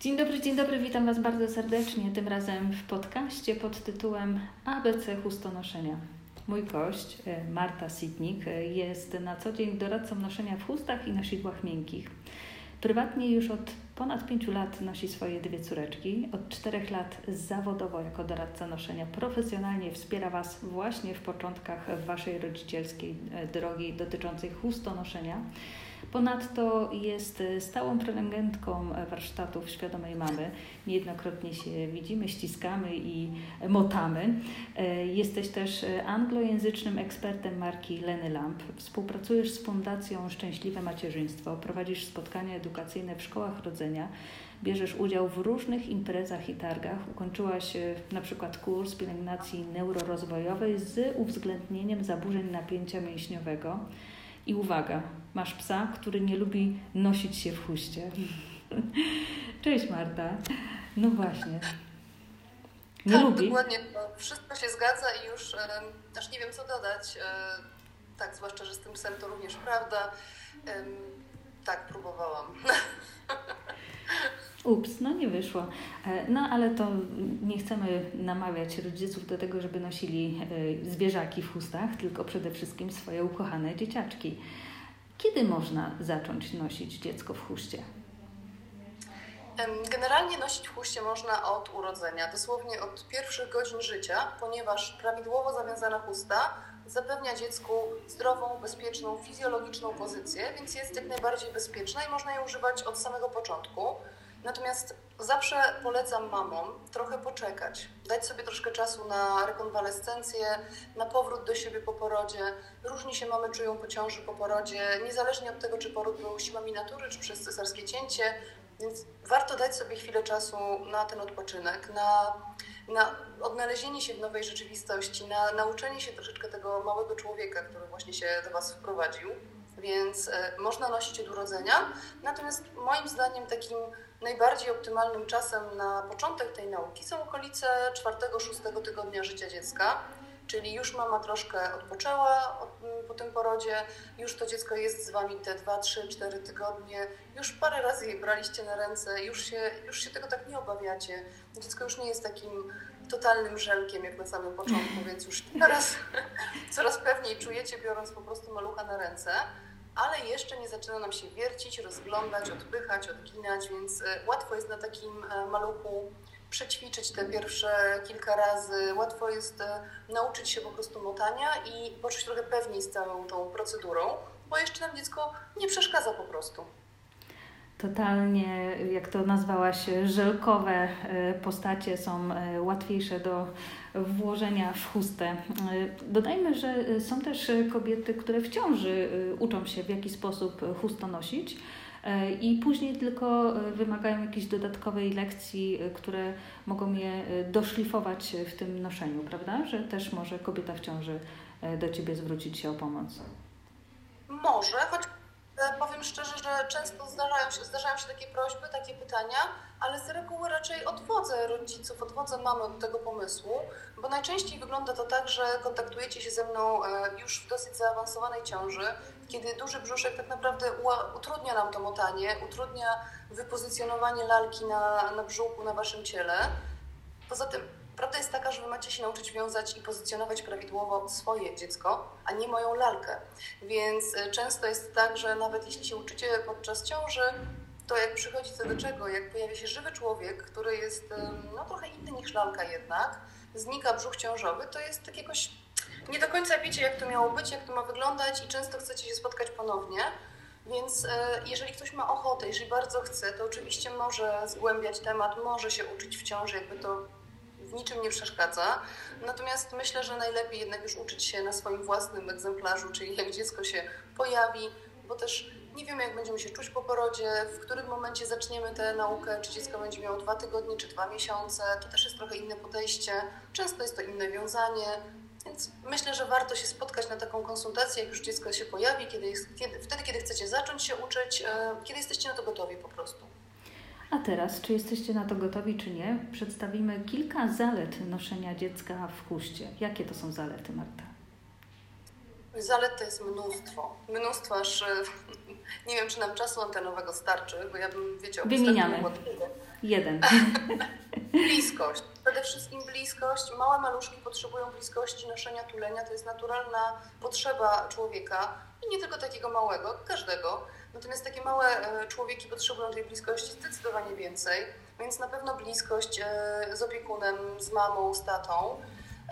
Dzień dobry, witam Was bardzo serdecznie, tym razem w podcaście pod tytułem ABC chustonoszenia. Mój gość, Marta Sitnik, jest na co dzień doradcą noszenia w chustach i nosidłach miękkich. Prywatnie już od ponad 5 lat nosi swoje 2 córeczki. Od 4 lat zawodowo jako doradca noszenia profesjonalnie wspiera Was właśnie w początkach Waszej rodzicielskiej drogi dotyczącej chustonoszenia. Ponadto jest stałą prelegentką warsztatów Świadomej Mamy. Niejednokrotnie się widzimy, ściskamy i motamy. Jesteś też anglojęzycznym ekspertem marki Lenny Lamp. Współpracujesz z Fundacją Szczęśliwe Macierzyństwo. Prowadzisz spotkania edukacyjne w szkołach rodzenia. Bierzesz udział w różnych imprezach i targach. Ukończyłaś na przykład kurs pielęgnacji neurorozwojowej z uwzględnieniem zaburzeń napięcia mięśniowego. I uwaga, masz psa, który nie lubi nosić się w chuście. Cześć Marta. No właśnie. Nie tak, lubi. Dokładnie. Wszystko się zgadza i już aż nie wiem co dodać. Tak, zwłaszcza, że z tym psem to również prawda. Tak, próbowałam. Ups, no nie wyszło. No ale to nie chcemy namawiać rodziców do tego, żeby nosili zwierzaki w chustach, tylko przede wszystkim swoje ukochane dzieciaczki. Kiedy można zacząć nosić dziecko w chuście? Generalnie nosić w chuście można od urodzenia, dosłownie od pierwszych godzin życia, ponieważ prawidłowo zawiązana chusta zapewnia dziecku zdrową, bezpieczną, fizjologiczną pozycję, więc jest jak najbardziej bezpieczna i można jej używać od samego początku. Natomiast zawsze polecam mamom trochę poczekać, dać sobie troszkę czasu na rekonwalescencję, na powrót do siebie po porodzie. Różnie się mamy czują po ciąży, po porodzie, niezależnie od tego, czy poród był siłami natury, czy przez cesarskie cięcie, więc warto dać sobie chwilę czasu na ten odpoczynek, na odnalezienie się w nowej rzeczywistości, na nauczenie się troszeczkę tego małego człowieka, który właśnie się do Was wprowadził. Więc można nosić od urodzenia, natomiast moim zdaniem takim najbardziej optymalnym czasem na początek tej nauki są okolice 4-6 tygodnia życia dziecka, czyli już mama troszkę odpoczęła po tym porodzie, już to dziecko jest z Wami te 2, 3, 4 tygodnie, już parę razy je braliście na ręce, już się tego tak nie obawiacie. Dziecko już nie jest takim totalnym żelkiem jak na samym początku, więc już coraz pewniej czujecie, biorąc po prostu malucha na ręce. Ale jeszcze nie zaczyna nam się wiercić, rozglądać, odpychać, odginać, więc łatwo jest na takim maluchu przećwiczyć te pierwsze kilka razy. Łatwo jest nauczyć się po prostu motania i poczuć trochę pewniej z całą tą procedurą, bo jeszcze nam dziecko nie przeszkadza po prostu. Totalnie, jak to nazwałaś, żelkowe postacie są łatwiejsze do włożenia w chustę. Dodajmy, że są też kobiety, które w ciąży uczą się, w jaki sposób chustę nosić i później tylko wymagają jakiejś dodatkowej lekcji, które mogą je doszlifować w tym noszeniu, prawda? Że też może kobieta w ciąży do Ciebie zwrócić się o pomoc. Może, choć powiem szczerze, że często zdarzają się takie prośby, takie pytania, ale z reguły raczej odwodzę rodziców, odwodzę mamy od tego pomysłu, bo najczęściej wygląda to tak, że kontaktujecie się ze mną już w dosyć zaawansowanej ciąży, kiedy duży brzuszek tak naprawdę utrudnia nam to motanie, utrudnia wypozycjonowanie lalki na brzuchu, na Waszym ciele. Poza tym prawda jest taka, że Wy macie się nauczyć wiązać i pozycjonować prawidłowo swoje dziecko, a nie moją lalkę. Więc często jest tak, że nawet jeśli się uczycie podczas ciąży, to jak przychodzi co do czego, jak pojawia się żywy człowiek, który jest trochę inny niż lalka jednak, znika brzuch ciążowy, to jest tak jakoś nie do końca wiecie, jak to miało być, jak to ma wyglądać i często chcecie się spotkać ponownie. Więc jeżeli ktoś ma ochotę, jeżeli bardzo chce, to oczywiście może zgłębiać temat, może się uczyć w ciąży, jakby to w niczym nie przeszkadza. Natomiast myślę, że najlepiej jednak już uczyć się na swoim własnym egzemplarzu, czyli jak dziecko się pojawi, bo też nie wiemy, jak będziemy się czuć po porodzie, w którym momencie zaczniemy tę naukę, czy dziecko będzie miało 2 tygodnie, czy 2 miesiące. To też jest trochę inne podejście, często jest to inne wiązanie, więc myślę, że warto się spotkać na taką konsultację, jak już dziecko się pojawi, wtedy, kiedy chcecie zacząć się uczyć, kiedy jesteście na to gotowi po prostu. A teraz, czy jesteście na to gotowi, czy nie, przedstawimy kilka zalet noszenia dziecka w chuście. Jakie to są zalety, Marta? Zalet to jest mnóstwo. Mnóstwo, aż nie wiem, czy nam czasu antenowego starczy, bo ja bym, wiecie, wymieniamy. Jeden. Bliskość. Przede wszystkim bliskość. Małe maluszki potrzebują bliskości, noszenia, tulenia. To jest naturalna potrzeba człowieka i nie tylko takiego małego, każdego. Natomiast takie małe człowieki potrzebują tej bliskości zdecydowanie więcej, więc na pewno bliskość z opiekunem, z mamą, z tatą.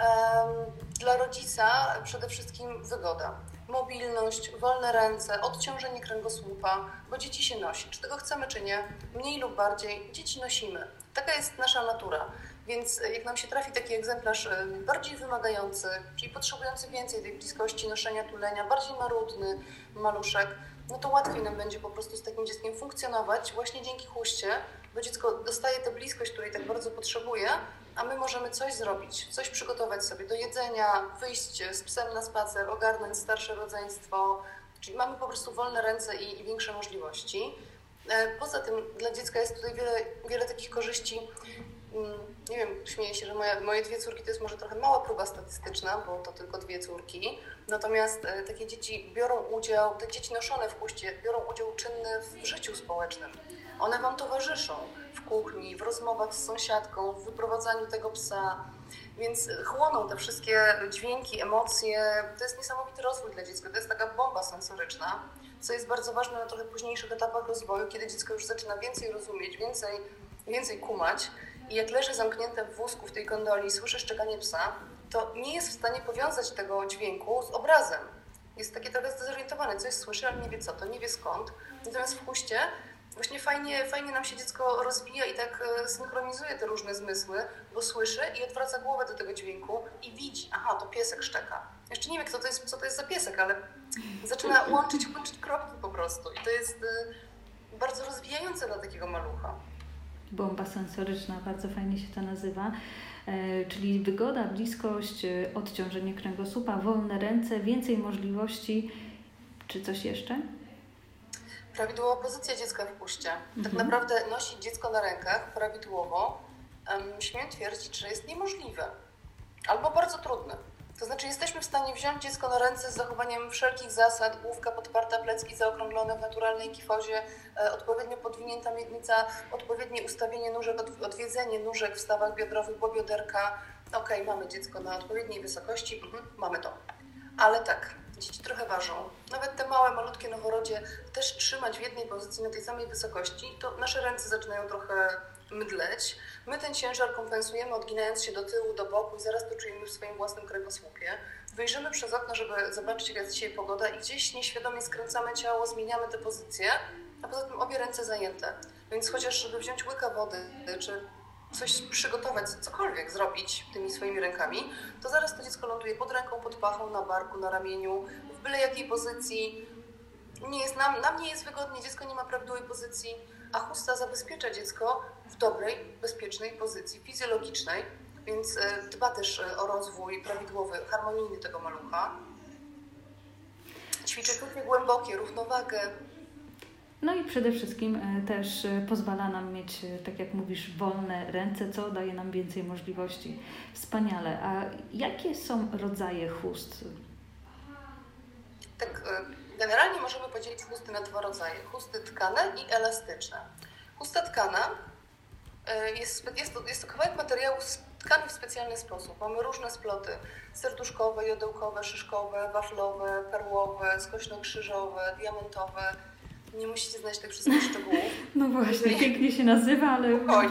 Dla rodzica przede wszystkim wygoda. Mobilność, wolne ręce, odciążenie kręgosłupa, bo dzieci się nosi. Czy tego chcemy, czy nie, mniej lub bardziej, dzieci nosimy. Taka jest nasza natura. Więc jak nam się trafi taki egzemplarz bardziej wymagający, czyli potrzebujący więcej tej bliskości, noszenia, tulenia, bardziej marudny maluszek, no to łatwiej nam będzie po prostu z takim dzieckiem funkcjonować właśnie dzięki huście, bo dziecko dostaje tę bliskość, której tak bardzo potrzebuje, a my możemy coś zrobić, coś przygotować sobie do jedzenia, wyjść z psem na spacer, ogarnąć starsze rodzeństwo, czyli mamy po prostu wolne ręce i większe możliwości. Poza tym dla dziecka jest tutaj wiele takich korzyści. Nie wiem, śmieję się, że moje 2 córki to jest może trochę mała próba statystyczna, bo to tylko 2 córki. Natomiast takie dzieci biorą udział, te dzieci noszone w huście biorą udział czynny w życiu społecznym. One wam towarzyszą w kuchni, w rozmowach z sąsiadką, w wyprowadzaniu tego psa. Więc chłoną te wszystkie dźwięki, emocje. To jest niesamowity rozwój dla dziecka. To jest taka bomba sensoryczna, co jest bardzo ważne na trochę późniejszych etapach rozwoju, kiedy dziecko już zaczyna więcej rozumieć, więcej kumać. I jak leży zamknięte w wózku, w tej gondoli, słyszy szczekanie psa, to nie jest w stanie powiązać tego dźwięku z obrazem. Jest takie trochę zdezorientowane, coś słyszy, ale nie wie co to, nie wie skąd. Natomiast w huście właśnie fajnie nam się dziecko rozwija i tak synchronizuje te różne zmysły, bo słyszy i odwraca głowę do tego dźwięku i widzi, aha, to piesek szczeka. Jeszcze nie wiem, co to jest za piesek, ale zaczyna łączyć kropki po prostu. I to jest bardzo rozwijające dla takiego malucha. Bomba sensoryczna, bardzo fajnie się to nazywa. Czyli wygoda, bliskość, odciążenie kręgosłupa, wolne ręce, więcej możliwości. Czy coś jeszcze? Prawidłowa pozycja dziecka w huście. Tak naprawdę nosić dziecko na rękach prawidłowo, śmiem twierdzić, że jest niemożliwe albo bardzo trudne. To znaczy jesteśmy w stanie wziąć dziecko na ręce z zachowaniem wszelkich zasad, główka podparta, plecki zaokrąglone w naturalnej kifozie, odpowiednio podwinięta miednica, odpowiednie ustawienie nóżek, odwiedzenie nóżek w stawach biodrowych, bobioderka. Okej, mamy dziecko na odpowiedniej wysokości, mamy to. Ale tak, dzieci trochę ważą. Nawet te małe, malutkie noworodzie też trzymać w jednej pozycji na tej samej wysokości, to nasze ręce zaczynają trochę mdleć. My ten ciężar kompensujemy, odginając się do tyłu, do boku i zaraz to czujemy w swoim własnym kręgosłupie. Wyjrzymy przez okno, żeby zobaczyć, jaka jest dzisiaj pogoda i gdzieś nieświadomie skręcamy ciało, zmieniamy te pozycje, a poza tym obie ręce zajęte. Więc chociaż żeby wziąć łyka wody, czy coś przygotować, cokolwiek zrobić tymi swoimi rękami, to zaraz to dziecko ląduje pod ręką, pod pachą, na barku, na ramieniu, w byle jakiej pozycji. Nam nie jest wygodnie, dziecko nie ma prawidłowej pozycji, a chusta zabezpiecza dziecko w dobrej, bezpiecznej pozycji fizjologicznej, więc dba też o rozwój prawidłowy, harmonijny tego malucha. Ćwiczy czucie głębokie, równowagę. No i przede wszystkim też pozwala nam mieć, tak jak mówisz, wolne ręce, co daje nam więcej możliwości. Wspaniale. A jakie są rodzaje chust? Tak, generalnie możemy podzielić chusty na 2 rodzaje. Chusty tkane i elastyczne. Chusta tkana jest to kawałek materiału tkany w specjalny sposób. Mamy różne sploty serduszkowe, jodełkowe, szyszkowe, waflowe, perłowe, skośno-krzyżowe, diamentowe. Nie musicie znać tych wszystkich szczegółów. No właśnie, pięknie się nazywa, ale...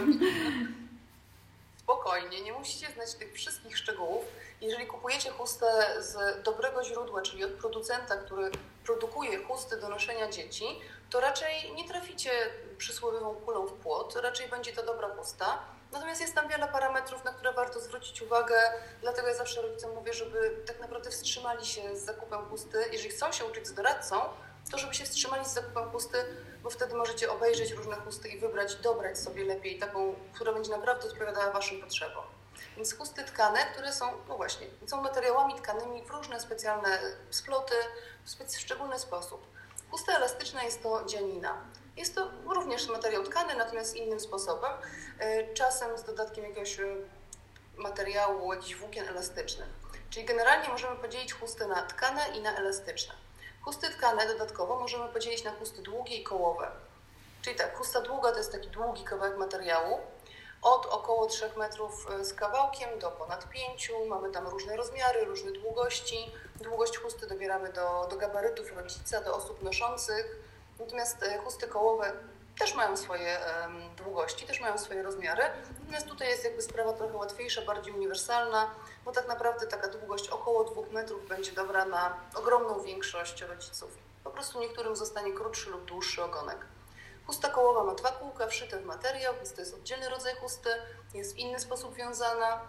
Spokojnie, nie musicie znać tych wszystkich szczegółów. Jeżeli kupujecie chustę z dobrego źródła, czyli od producenta, który produkuje chusty do noszenia dzieci, to raczej nie traficie przysłowiową kulą w płot, raczej będzie to dobra chusta. Natomiast jest tam wiele parametrów, na które warto zwrócić uwagę, dlatego ja zawsze rodzicom mówię, żeby tak naprawdę wstrzymali się z zakupem chusty. Jeżeli chcą się uczyć z doradcą, to żeby się wstrzymali z zakupem chusty, bo wtedy możecie obejrzeć różne chusty i dobrać sobie lepiej taką, która będzie naprawdę odpowiadała waszym potrzebom. Więc chusty tkane, które są materiałami tkanymi w różne specjalne sploty, w szczególny sposób. Chusta elastyczna jest to dzianina. Jest to również materiał tkany, natomiast innym sposobem, czasem z dodatkiem jakiegoś materiału, jakichś włókien elastycznych. Czyli generalnie możemy podzielić chusty na tkane i na elastyczne. Chusty tkane dodatkowo możemy podzielić na chusty długie i kołowe. Czyli tak, chusta długa to jest taki długi kawałek materiału, od około 3 metrów z kawałkiem do ponad 5. Mamy tam różne rozmiary, różne długości. Długość chusty dobieramy do gabarytów rodzica, do osób noszących. Natomiast chusty kołowe też mają swoje długości, też mają swoje rozmiary. Natomiast tutaj jest jakby sprawa trochę łatwiejsza, bardziej uniwersalna, bo tak naprawdę taka długość około 2 metrów będzie dobra na ogromną większość rodziców. Po prostu niektórym zostanie krótszy lub dłuższy ogonek. Chusta kołowa ma 2 kółka wszyte w materiał, więc to jest oddzielny rodzaj chusty, jest w inny sposób wiązana.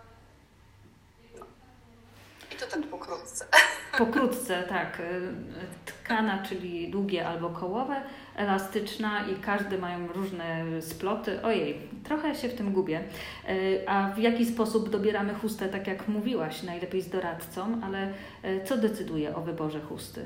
No. I to tak pokrótce. Pokrótce, tak. Tkana, czyli długie albo kołowe, elastyczna i każdy mają różne sploty. Ojej, trochę się w tym gubię. A w jaki sposób dobieramy chustę, tak jak mówiłaś, najlepiej z doradcą, ale co decyduje o wyborze chusty?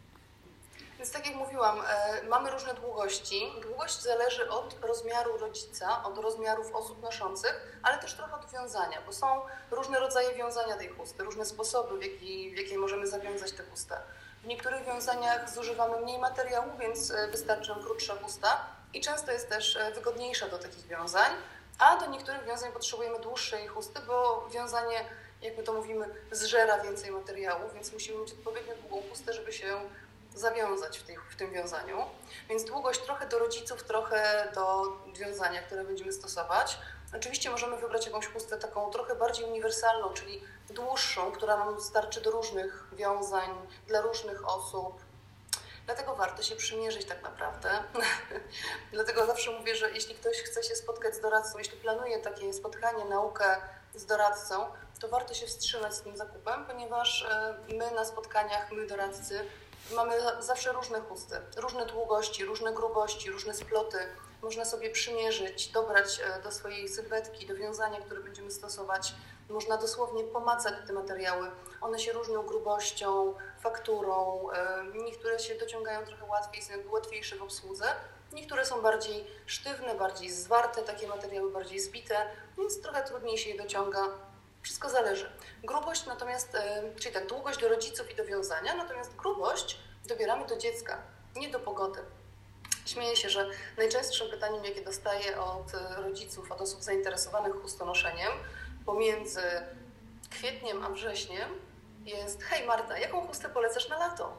Więc tak jak mówiłam, mamy różne długości. Długość zależy od rozmiaru rodzica, od rozmiarów osób noszących, ale też trochę od wiązania, bo są różne rodzaje wiązania tej chusty, różne sposoby, w jakiej możemy zawiązać tę chustę. W niektórych wiązaniach zużywamy mniej materiału, więc wystarczy nam krótsza chusta i często jest też wygodniejsza do takich wiązań, a do niektórych wiązań potrzebujemy dłuższej chusty, bo wiązanie, jak my to mówimy, zżera więcej materiału, więc musimy mieć odpowiednio długą chustę, żeby się zawiązać w tym wiązaniu. Więc długość trochę do rodziców, trochę do wiązania, które będziemy stosować. Oczywiście możemy wybrać jakąś chustę taką trochę bardziej uniwersalną, czyli dłuższą, która nam starczy do różnych wiązań, dla różnych osób. Dlatego warto się przymierzyć tak naprawdę. Dlatego zawsze mówię, że jeśli ktoś chce się spotkać z doradcą, jeśli planuje takie spotkanie, naukę z doradcą, to warto się wstrzymać z tym zakupem, ponieważ my na spotkaniach, my doradcy, mamy zawsze różne chusty, różne długości, różne grubości, różne sploty. Można sobie przymierzyć, dobrać do swojej sylwetki, do wiązania, które będziemy stosować. Można dosłownie pomacać te materiały. One się różnią grubością, fakturą. Niektóre się dociągają trochę łatwiej, są jakby łatwiejsze w obsłudze. Niektóre są bardziej sztywne, bardziej zwarte, takie materiały bardziej zbite, więc trochę trudniej się je dociąga. Wszystko zależy. Grubość natomiast, czyli tak, długość do rodziców i do wiązania, natomiast grubość dobieramy do dziecka, nie do pogody. Śmieję się, że najczęstszym pytaniem, jakie dostaję od rodziców, od osób zainteresowanych chustonoszeniem pomiędzy kwietniem a wrześniem jest: hej Marta, jaką chustę polecasz na lato?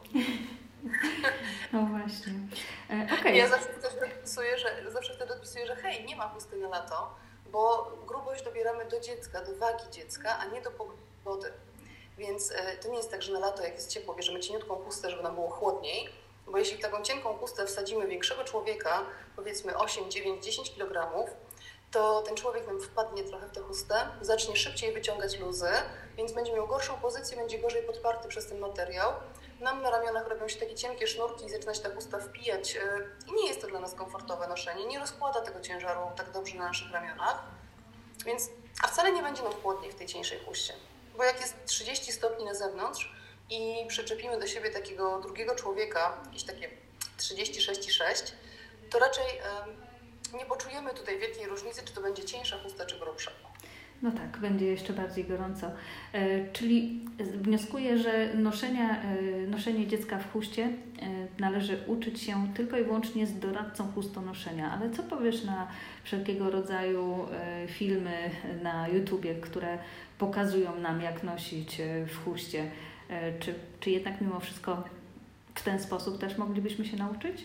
No właśnie. Okay. Ja zawsze wtedy odpisuję, że hej, nie ma chusty na lato, bo grubość dobieramy do dziecka, do wagi dziecka, a nie do pogody. Więc to nie jest tak, że na lato, jak jest ciepło, bierzemy cieniutką chustę, żeby nam było chłodniej, bo jeśli w taką cienką chustę wsadzimy większego człowieka, powiedzmy 8, 9, 10 kg, to ten człowiek nam wpadnie trochę w tę chustę, zacznie szybciej wyciągać luzy, więc będzie miał gorszą pozycję, będzie gorzej podparty przez ten materiał. Nam na ramionach robią się takie cienkie sznurki i zaczyna się ta chusta wpijać i nie jest to dla nas komfortowe noszenie, nie rozkłada tego ciężaru tak dobrze na naszych ramionach. Więc, a wcale nie będzie nam chłodniej w tej cieńszej chuście, bo jak jest 30 stopni na zewnątrz i przyczepimy do siebie takiego drugiego człowieka, jakieś takie 36,6, to raczej nie poczujemy tutaj wielkiej różnicy, czy to będzie cieńsza chusta, czy grubsza. No tak, będzie jeszcze bardziej gorąco. Czyli wnioskuję, że noszenie dziecka w chuście należy uczyć się tylko i wyłącznie z doradcą chustonoszenia. Ale co powiesz na wszelkiego rodzaju filmy na YouTubie, które pokazują nam, jak nosić w chuście? Czy jednak mimo wszystko w ten sposób też moglibyśmy się nauczyć?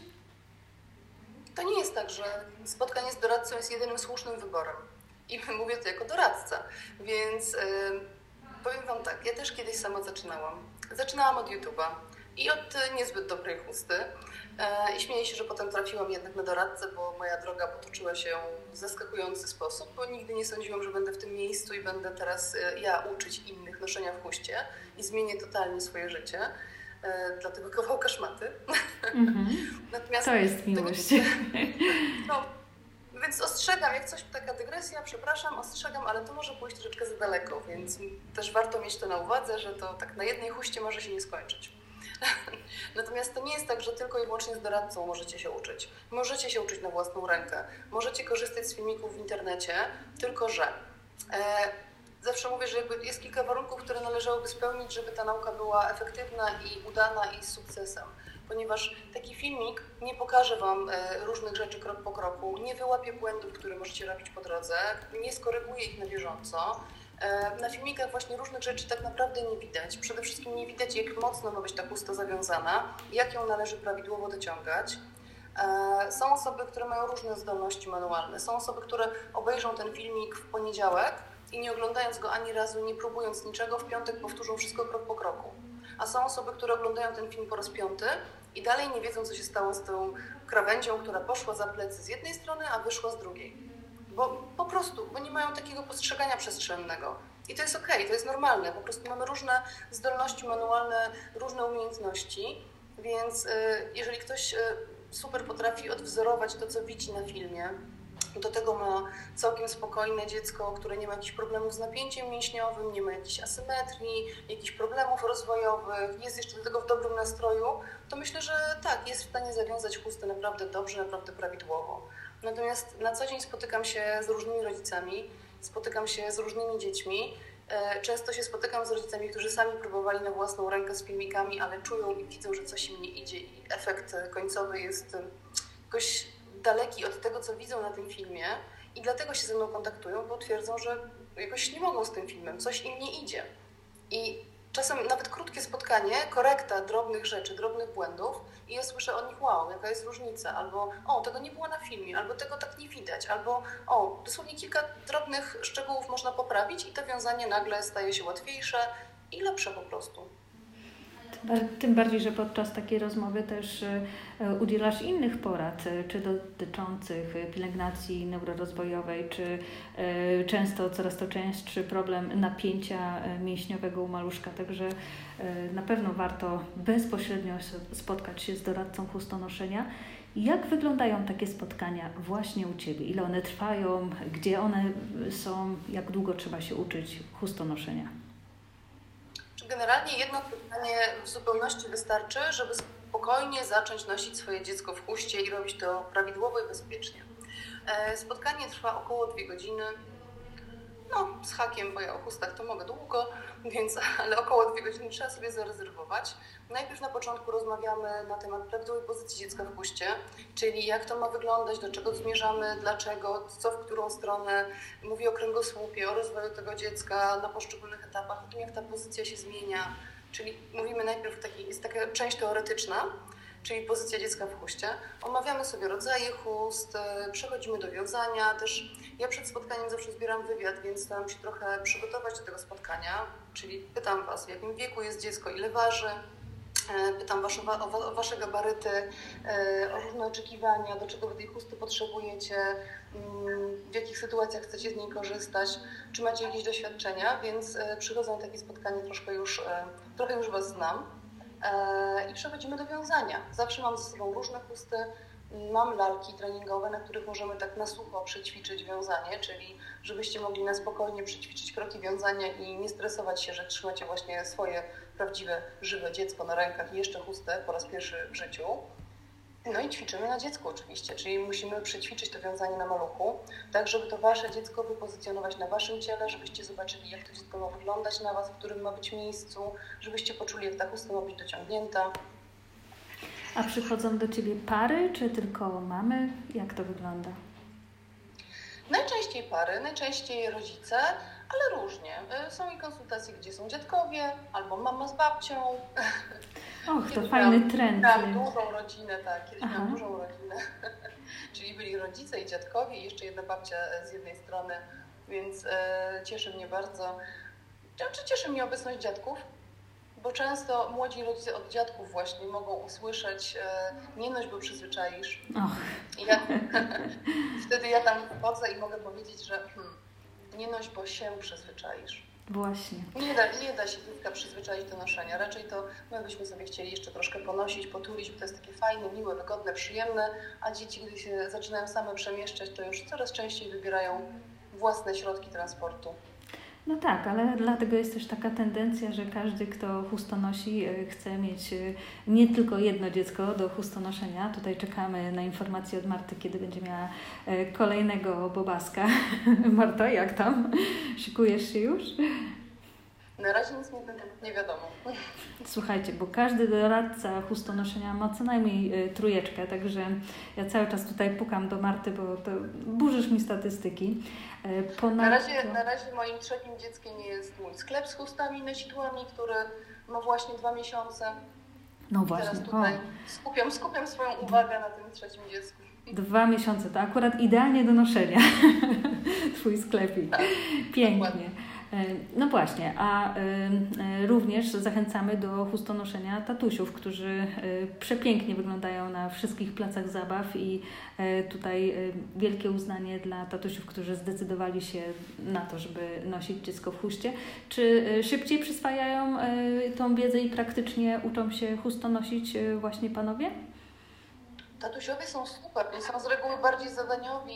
To nie jest tak, że spotkanie z doradcą jest jedynym słusznym wyborem. I mówię to jako doradca, więc powiem Wam tak, ja też kiedyś sama zaczynałam. Zaczynałam od YouTube'a i od niezbyt dobrej chusty. I śmieję się, że potem trafiłam jednak na doradcę, bo moja droga potoczyła się w zaskakujący sposób, bo nigdy nie sądziłam, że będę w tym miejscu i będę teraz ja uczyć innych noszenia w chuście i zmienię totalnie swoje życie dla tego kawałka szmaty. Natomiast to jest miłość. Więc ostrzegam, jak coś, taka dygresja, przepraszam, ostrzegam, ale to może pójść troszeczkę za daleko, więc też warto mieć to na uwadze, że to tak na jednej huście może się nie skończyć. Natomiast to nie jest tak, że tylko i wyłącznie z doradcą możecie się uczyć. Możecie się uczyć na własną rękę, możecie korzystać z filmików w internecie, tylko że zawsze mówię, że jakby jest kilka warunków, które należałoby spełnić, żeby ta nauka była efektywna i udana i z sukcesem. ponieważ taki filmik nie pokaże Wam różnych rzeczy krok po kroku, nie wyłapie błędów, które możecie robić po drodze, nie skoryguje ich na bieżąco. Na filmikach właśnie różnych rzeczy tak naprawdę nie widać. Przede wszystkim nie widać, jak mocno ma być ta chusta zawiązana, jak ją należy prawidłowo dociągać. Są osoby, które mają różne zdolności manualne. Są osoby, które obejrzą ten filmik w poniedziałek i nie oglądając go ani razu, nie próbując niczego, w piątek powtórzą wszystko krok po kroku. A są osoby, które oglądają ten film po raz 5 i dalej nie wiedzą, co się stało z tą krawędzią, która poszła za plecy z jednej strony, a wyszła z drugiej. Bo po prostu, bo nie mają takiego postrzegania przestrzennego. I to jest okej, to jest normalne. Po prostu mamy różne zdolności manualne, różne umiejętności, więc jeżeli ktoś super potrafi odwzorować to, co widzi na filmie, do tego ma całkiem spokojne dziecko, które nie ma jakichś problemów z napięciem mięśniowym, nie ma jakichś asymetrii, jakichś problemów rozwojowych, jest jeszcze do tego w dobrym nastroju, to myślę, że tak, jest w stanie zawiązać chustę naprawdę dobrze, naprawdę prawidłowo. Natomiast na co dzień spotykam się z różnymi rodzicami, spotykam się z różnymi dziećmi. Często się spotykam z rodzicami, którzy sami próbowali na własną rękę z filmikami, ale czują i widzą, że coś im nie idzie i efekt końcowy jest jakoś daleki od tego, co widzą na tym filmie i dlatego się ze mną kontaktują, bo twierdzą, że jakoś nie mogą z tym filmem, coś im nie idzie. I czasem nawet krótkie spotkanie, korekta drobnych rzeczy, drobnych błędów i ja słyszę od nich, wow, jaka jest różnica, albo o, tego nie było na filmie, albo tego tak nie widać, albo o, dosłownie kilka drobnych szczegółów można poprawić i to wiązanie nagle staje się łatwiejsze i lepsze po prostu. Tym bardziej, że podczas takiej rozmowy też udzielasz innych porad, czy dotyczących pielęgnacji neurorozwojowej, czy często, coraz to częstszy problem napięcia mięśniowego u maluszka. Także na pewno warto bezpośrednio spotkać się z doradcą chustonoszenia. Jak wyglądają takie spotkania właśnie u Ciebie? Ile one trwają? Gdzie one są? Jak długo trzeba się uczyć chustonoszenia? Generalnie jedno spotkanie w zupełności wystarczy, żeby spokojnie zacząć nosić swoje dziecko w chuście i robić to prawidłowo i bezpiecznie. Spotkanie trwa około 2 godziny. No, z hakiem, bo ja o chustach to mogę długo, więc, ale około 2 godziny trzeba sobie zarezerwować. Najpierw na początku rozmawiamy na temat prawidłowej pozycji dziecka w chuście, czyli jak to ma wyglądać, do czego zmierzamy, dlaczego, co w którą stronę. Mówię o kręgosłupie, o rozwoju tego dziecka na poszczególnych etapach, o tym, jak ta pozycja się zmienia. Czyli mówimy najpierw, jest taka część teoretyczna, czyli pozycja dziecka w chuście. Omawiamy sobie rodzaje chust, przechodzimy do wiązania. Też ja przed spotkaniem zawsze zbieram wywiad, więc staram się trochę przygotować do tego spotkania. Czyli pytam Was, w jakim wieku jest dziecko, ile waży. Pytam o Wasze gabaryty, o różne oczekiwania, do czego Wy tej chusty potrzebujecie, w jakich sytuacjach chcecie z niej korzystać, czy macie jakieś doświadczenia, więc przychodzę na takie spotkanie, trochę już Was znam. I przechodzimy do wiązania. Zawsze mam ze sobą różne chusty, mam lalki treningowe, na których możemy tak na sucho przećwiczyć wiązanie, czyli żebyście mogli na spokojnie przećwiczyć kroki wiązania i nie stresować się, że trzymacie właśnie swoje prawdziwe, żywe dziecko na rękach i jeszcze chustę po raz pierwszy w życiu. No i ćwiczymy na dziecku oczywiście, czyli musimy przećwiczyć to wiązanie na maluchu, tak żeby to Wasze dziecko wypozycjonować na Waszym ciele, żebyście zobaczyli, jak to dziecko ma wyglądać na Was, w którym ma być miejscu, żebyście poczuli, jak ta chusta ma być dociągnięta. A przychodzą do Ciebie pary, czy tylko mamy? Jak to wygląda? Najczęściej pary, najczęściej rodzice, ale różnie. Są i konsultacje, gdzie są dziadkowie, albo mama z babcią. Och, to fajny trend. Miałam dużą rodzinę, tak. Kiedyś miałam dużą rodzinę. Czyli byli rodzice i dziadkowie i jeszcze jedna babcia z jednej strony, więc cieszy mnie bardzo. Cieszy mnie obecność dziadków, bo często młodzi rodzice od dziadków właśnie mogą usłyszeć nie noś, bo przyzwyczaisz. I wtedy ja tam wchodzę i mogę powiedzieć, że nie noś, bo się przyzwyczaisz. Właśnie. Nie da się dziecka przyzwyczaić do noszenia. Raczej to my byśmy sobie chcieli jeszcze troszkę ponosić, potulić, bo to jest takie fajne, miłe, wygodne, przyjemne, a dzieci, gdy się zaczynają same przemieszczać, to już coraz częściej wybierają własne środki transportu. No tak, ale dlatego jest też taka tendencja, że każdy, kto chustonosi, chce mieć nie tylko jedno dziecko do chustonoszenia. Tutaj czekamy na informację od Marty, kiedy będzie miała kolejnego bobaska. Marta, jak tam? Szykujesz się już? Na razie nic mi na ten temat nie wiadomo. Słuchajcie, bo każdy doradca chustonoszenia ma co najmniej 3, także ja cały czas tutaj pukam do Marty, bo to burzysz mi statystyki. Na razie moim 3. dzieckiem jest mój sklep z chustami i nosidłami, który ma właśnie 2 miesiące. No właśnie. Teraz tutaj skupiam swoją uwagę na tym 3. dziecku. 2 miesiące, to akurat idealnie do noszenia. Twój sklepik. Tak, pięknie. Dokładnie. No właśnie, a również zachęcamy do chustonoszenia tatusiów, którzy przepięknie wyglądają na wszystkich placach zabaw i tutaj wielkie uznanie dla tatusiów, którzy zdecydowali się na to, żeby nosić dziecko w chuście. Czy szybciej przyswajają tą wiedzę i praktycznie uczą się chustonosić właśnie panowie? Tatusiowie są super, oni są z reguły bardziej zadaniowi.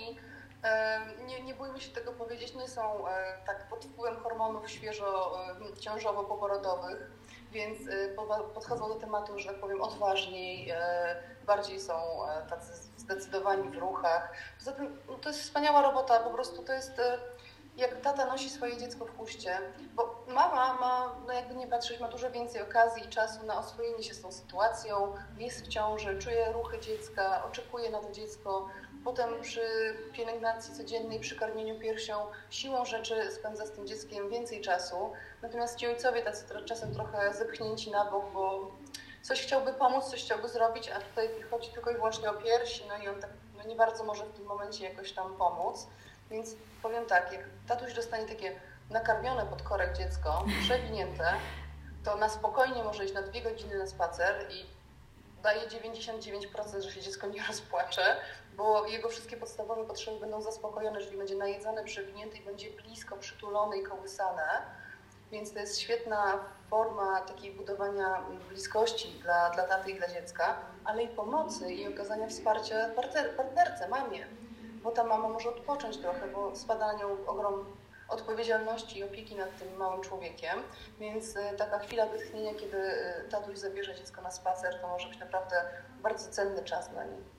Nie bójmy się tego powiedzieć, nie są tak pod wpływem hormonów świeżo ciążowo-poporodowych, więc podchodzą do tematu, że tak powiem, odważniej, bardziej są tacy zdecydowani w ruchach. Poza tym to jest wspaniała robota, po prostu to jest jak tata nosi swoje dziecko w chuście, bo mama ma, no jakby nie patrzeć, ma dużo więcej okazji i czasu na oswojenie się z tą sytuacją, jest w ciąży, czuje ruchy dziecka, oczekuje na to dziecko. Potem przy pielęgnacji codziennej, przy karmieniu piersią, siłą rzeczy spędza z tym dzieckiem więcej czasu. Natomiast ci ojcowie tacy czasem trochę zepchnięci na bok, bo coś chciałby pomóc, coś chciałby zrobić, a tutaj chodzi tylko i wyłącznie o piersi, no i on tak nie bardzo może w tym momencie jakoś tam pomóc. Więc powiem tak, jak tatuś dostanie takie nakarmione pod korek dziecko, przewinięte, to na spokojnie może iść na 2 godziny na spacer i daje 99%, że się dziecko nie rozpłacze, bo jego wszystkie podstawowe potrzeby będą zaspokojone, czyli będzie najedzone, przewinięte i będzie blisko, przytulone i kołysane. Więc to jest świetna forma takiej budowania bliskości dla taty i dla dziecka, ale i pomocy i okazania wsparcia partnerce, mamie. Bo ta mama może odpocząć trochę, bo spada na nią ogrom odpowiedzialności i opieki nad tym małym człowiekiem, więc taka chwila wytchnienia, kiedy tatuś zabierze dziecko na spacer, to może być naprawdę bardzo cenny czas dla niej.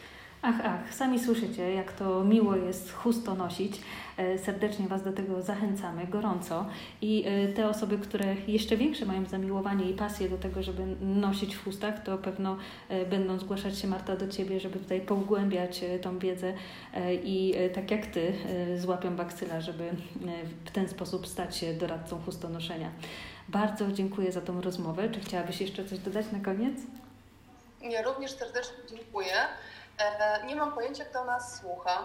Ach, sami słyszycie, jak to miło jest chusto nosić. Serdecznie Was do tego zachęcamy, gorąco. I te osoby, które jeszcze większe mają zamiłowanie i pasję do tego, żeby nosić w chustach, to pewno będą zgłaszać się, Marta, do Ciebie, żeby tutaj pogłębiać tą wiedzę i tak jak Ty złapią bakcyla, żeby w ten sposób stać się doradcą chustonoszenia. Bardzo dziękuję za tą rozmowę. Czy chciałabyś jeszcze coś dodać na koniec? Ja również serdecznie dziękuję. Nie mam pojęcia, kto nas słucha.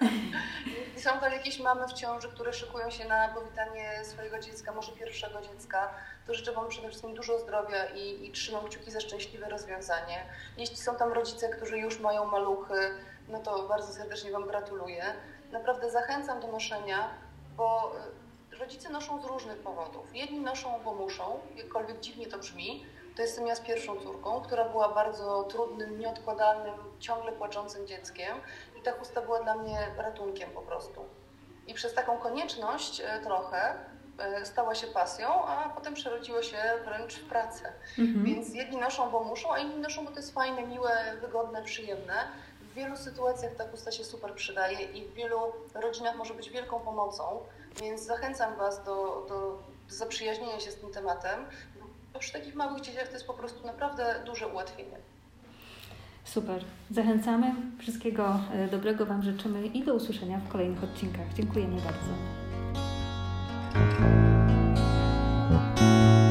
Są tam jakieś mamy w ciąży, które szykują się na powitanie swojego dziecka, może pierwszego dziecka. To życzę Wam przede wszystkim dużo zdrowia i trzymam kciuki za szczęśliwe rozwiązanie. Jeśli są tam rodzice, którzy już mają maluchy, no to bardzo serdecznie Wam gratuluję. Naprawdę zachęcam do noszenia, bo rodzice noszą z różnych powodów. Jedni noszą, bo muszą, jakkolwiek dziwnie to brzmi. To jestem ja z pierwszą córką, która była bardzo trudnym, nieodkładalnym, ciągle płaczącym dzieckiem i ta chusta była dla mnie ratunkiem po prostu. I przez taką konieczność trochę stała się pasją, a potem przerodziło się wręcz w pracę. Więc jedni noszą, bo muszą, a inni noszą, bo to jest fajne, miłe, wygodne, przyjemne. W wielu sytuacjach ta chusta się super przydaje i w wielu rodzinach może być wielką pomocą, więc zachęcam Was do zaprzyjaźnienia się z tym tematem. Bo przy takich małych dzieciach to jest po prostu naprawdę duże ułatwienie. Super. Zachęcamy. Wszystkiego dobrego Wam życzymy i do usłyszenia w kolejnych odcinkach. Dziękujemy bardzo.